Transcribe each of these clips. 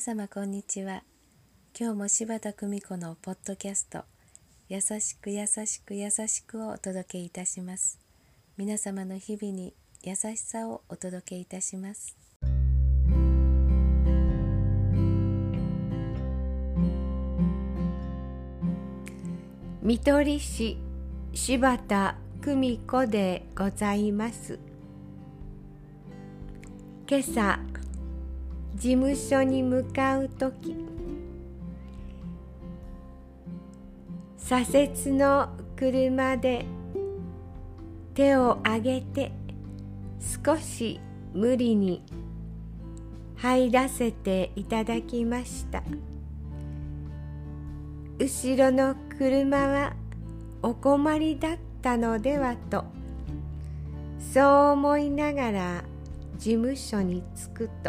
様こんにちは。今日も柴田久美子のポッドキャスト優しく優しく優しくをお届けいたします。皆様の日々に優しさをお届けいたします。 看取り師柴田久美子でございます。今朝事務所に向かうとき、左折の車で手を上げて少し無理に入らせていただきました。後ろの車はお困りだったのではと、そう思いながら事務所に着くと、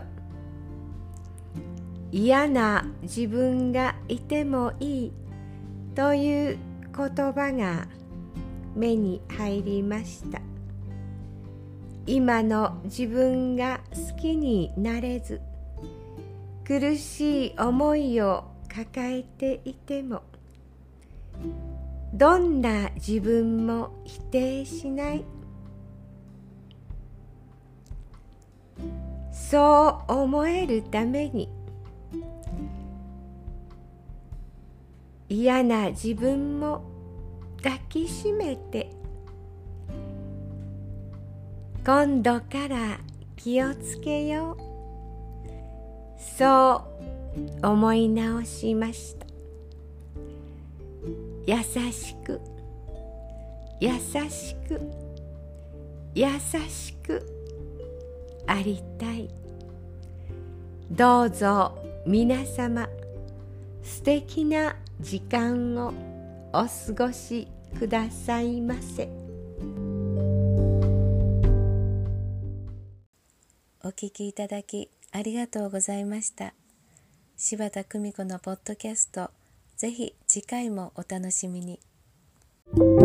嫌な自分がいてもいいという言葉が目に入りました。今の自分が好きになれず、苦しい思いを抱えていても、どんな自分も否定しない。そう思えるために、嫌な自分も抱きしめて、今度から気をつけよう、そう思い直しました。優しく優しく優しくありたい。どうぞ皆様、素敵な時間をお過ごしくださいませ。 お聞きいただきありがとうございました。柴田久美子のポッドキャスト、ぜひ次回もお楽しみに。